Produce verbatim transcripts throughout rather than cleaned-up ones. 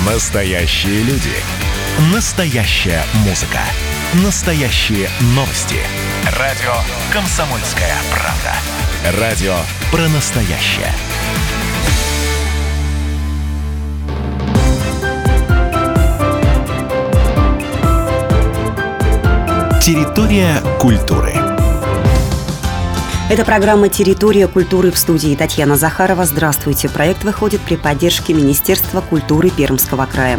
Настоящие люди. Настоящая музыка. Настоящие новости. Радио «Комсомольская правда». Радио про настоящее. Территория культуры. Это программа «Территория культуры», в студии Татьяна Захарова. Здравствуйте. Проект выходит при поддержке Министерства культуры Пермского края.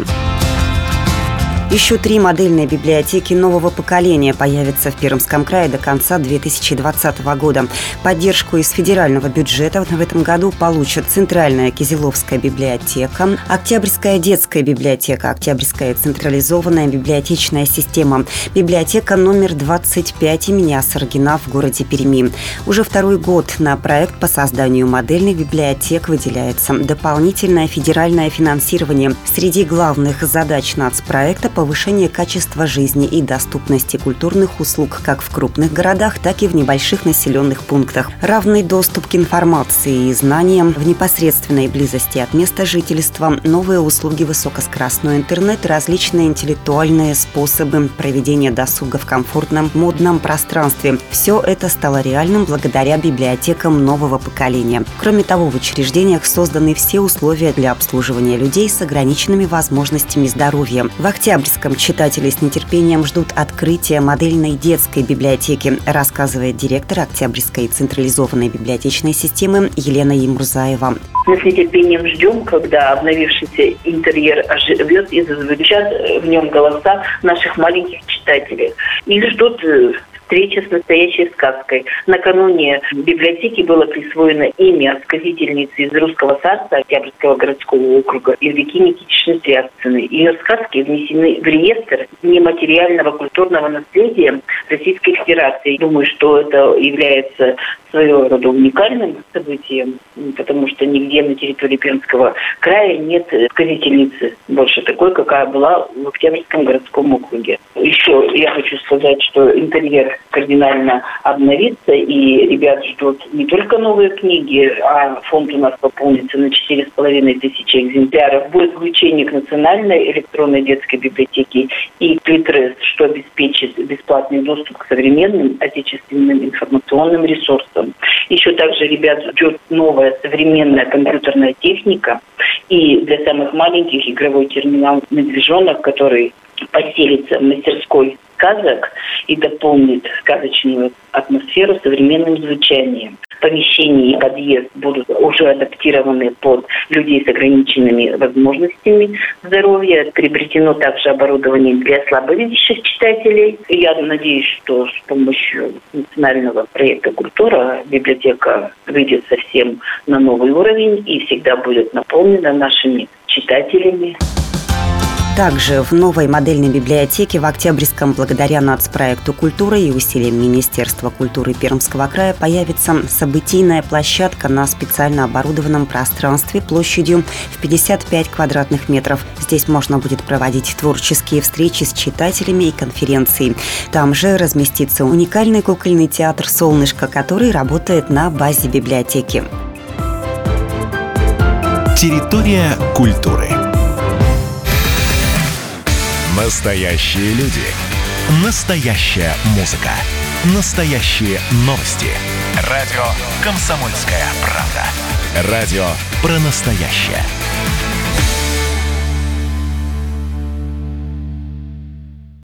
Еще три модельные библиотеки нового поколения появятся в Пермском крае до конца две тысячи двадцатого года. Поддержку из федерального бюджета в этом году получат Центральная Кизиловская библиотека, Октябрьская детская библиотека, Октябрьская централизованная библиотечная система, библиотека номер двадцать пять имени Асаргина в городе Перми. Уже второй год на проект по созданию модельных библиотек выделяется дополнительное федеральное финансирование. Среди главных задач нацпроекта – повышение качества жизни и доступности культурных услуг как в крупных городах, так и в небольших населенных пунктах. Равный доступ к информации и знаниям в непосредственной близости от места жительства, новые услуги высокоскоростной интернет, различные интеллектуальные способы проведения досуга в комфортном, модном пространстве. Все это стало реальным благодаря библиотекам нового поколения. Кроме того, в учреждениях созданы все условия для обслуживания людей с ограниченными возможностями здоровья. В Октябрьском читатели с нетерпением ждут открытия модельной детской библиотеки, рассказывает директор Октябрьской централизованной библиотечной системы Елена Емурзаева. Мы с нетерпением ждем, когда обновившийся интерьер оживет и зазвучат в нем голоса наших маленьких читателей. Их ждут встреча с настоящей сказкой. Накануне библиотеке было присвоено имя сказительницы из Русского царства Октябрьского городского округа Евдокии Никитичны Святцевой. Ее сказки внесены в реестр нематериального культурного наследия Российской Федерации. Думаю, что это является своего рода уникальным событием, потому что нигде на территории Пермского края нет сказительницы больше такой, какая была в Октябрьском городском округе. Еще я хочу сказать, что интерьер кардинально обновится, и ребят ждут не только новые книги, а фонд у нас пополнится на четыре с половиной тысячи экземпляров. Будет включение к национальной электронной детской библиотеке и Клитрес, что обеспечит бесплатный доступ к современным отечественным информационным ресурсам. Еще также ребят ждет новая современная компьютерная техника и для самых маленьких игровой терминал «Медвежонок», который поселится в мастерской сказок и дополнит сказочную атмосферу современным звучанием. Помещения и подъезд будут уже адаптированы под людей с ограниченными возможностями здоровья. Приобретено также оборудование для слабовидящих читателей. И я надеюсь, что с помощью национального проекта «Культура» библиотека выйдет совсем на новый уровень и всегда будет наполнена нашими читателями. Также в новой модельной библиотеке в Октябрьском благодаря нацпроекту «Культура» и усилиям Министерства культуры Пермского края появится событийная площадка на специально оборудованном пространстве площадью в пятьдесят пять квадратных метров. Здесь можно будет проводить творческие встречи с читателями и конференции. Там же разместится уникальный кукольный театр «Солнышко», который работает на базе библиотеки. Территория культуры. Настоящие люди. Настоящая музыка. Настоящие новости. Радио «Комсомольская правда». Радио про настоящее.